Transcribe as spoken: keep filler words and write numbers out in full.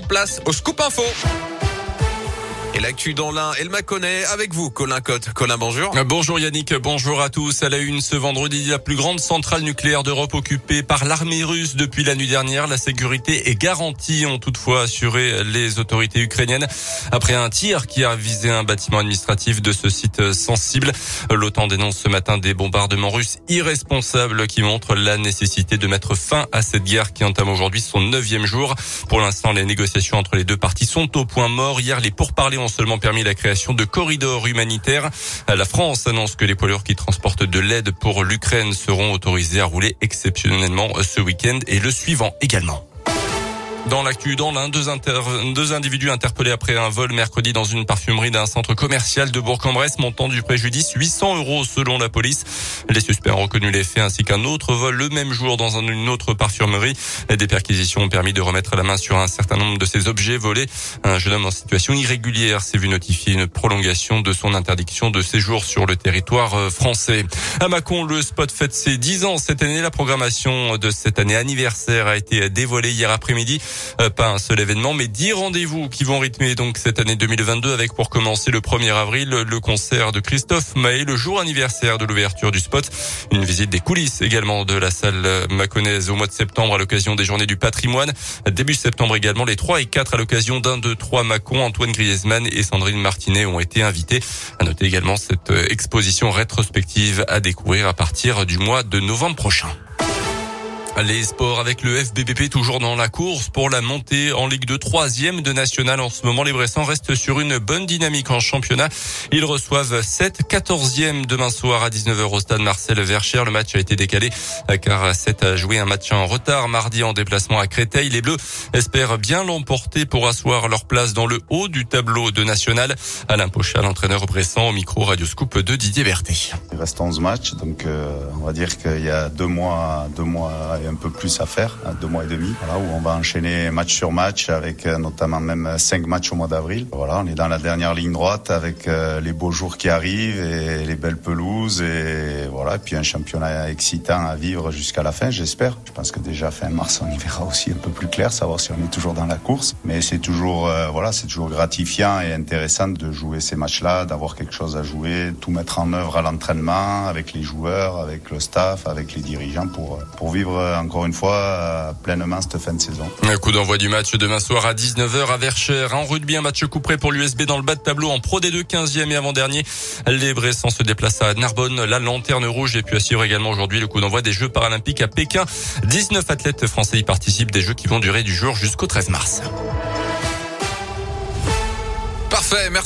place au Scoop Info. Et l'actu dans l'Ain et le Mâconnais avec vous, Colin Cotte. Colin, bonjour. Bonjour Yannick, bonjour à tous. À la une ce vendredi, la plus grande centrale nucléaire d'Europe occupée par l'armée russe depuis la nuit dernière. La sécurité est garantie, ont toutefois assuré les autorités ukrainiennes. Après un tir qui a visé un bâtiment administratif de ce site sensible, l'OTAN dénonce ce matin des bombardements russes irresponsables qui montrent la nécessité de mettre fin à cette guerre qui entame aujourd'hui son neuvième jour. Pour l'instant, les négociations entre les deux parties sont au point mort. Hier, les pourparlers ont seulement permis la création de corridors humanitaires. La France annonce que les poids lourds qui transportent de l'aide pour l'Ukraine seront autorisés à rouler exceptionnellement ce week-end et le suivant également. Dans l'actu, dans l'Ain, deux, inter... deux individus interpellés après un vol mercredi dans une parfumerie d'un centre commercial de Bourg-en-Bresse, montant du préjudice huit cents euros selon la police. Les suspects ont reconnu les faits ainsi qu'un autre vol le même jour dans une autre parfumerie. Des perquisitions ont permis de remettre la main sur un certain nombre de ces objets volés. Un jeune homme en situation irrégulière s'est vu notifier une prolongation de son interdiction de séjour sur le territoire français. À Mâcon, le spot fête ses dix ans cette année. La programmation de cette année anniversaire a été dévoilée hier après-midi. Euh, pas un seul événement, mais dix rendez-vous qui vont rythmer donc cette année deux mille vingt-deux avec pour commencer le premier avril le concert de Christophe Maé, le jour anniversaire de l'ouverture du spot. Une visite des coulisses également de la salle mâconnaise au mois de septembre à l'occasion des journées du patrimoine. Début septembre également, les trois et quatre à l'occasion d'un, deux, trois Mâcon. Antoine Griezmann et Sandrine Martinet ont été invités. À noter également cette exposition rétrospective à découvrir à partir du mois de novembre prochain. Les sports avec le F B B P toujours dans la course pour la montée en Ligue deux, troisième de national. En ce moment, les Bressans restent sur une bonne dynamique en championnat. Ils reçoivent sept, quatorzième demain soir à dix-neuf heures au stade Marcel Verchères. Le match a été décalé car sept a joué un match en retard mardi en déplacement à Créteil. Les Bleus espèrent bien l'emporter pour asseoir leur place dans le haut du tableau de national. Alain Pochat, l'entraîneur bressan, au micro Radio Scoop de Didier Berthet. Il reste onze matchs, donc euh, on va dire qu'il y a deux mois, deux mois et un peu plus à faire, deux mois et demi, voilà, où on va enchaîner match sur match avec euh, notamment même cinq matchs au mois d'avril. Voilà, on est dans la dernière ligne droite avec euh, les beaux jours qui arrivent et les belles pelouses et voilà, et puis un championnat excitant à vivre jusqu'à la fin, j'espère. Je pense que déjà fin mars, on y verra aussi un peu plus clair, savoir si on est toujours dans la course. Mais c'est toujours, euh, voilà, c'est toujours gratifiant et intéressant de jouer ces matchs-là, d'avoir quelque chose à jouer, tout mettre en œuvre à l'entraînement avec les joueurs, avec le staff, avec les dirigeants pour pour vivre encore une fois euh, pleinement cette fin de saison. Un coup d'envoi du match demain soir à dix-neuf heures à Verchères. En rugby, un match couperet pour l'U S B dans le bas de tableau en Pro D deux, quinzième et avant-dernier. Les Bressans se déplacent à Narbonne, la lanterne rouge, et puis assurent également aujourd'hui le coup d'envoi des Jeux paralympiques à Pékin. dix-neuf athlètes français y participent, des Jeux qui vont durer du jour jusqu'au treize mars. Parfait, merci.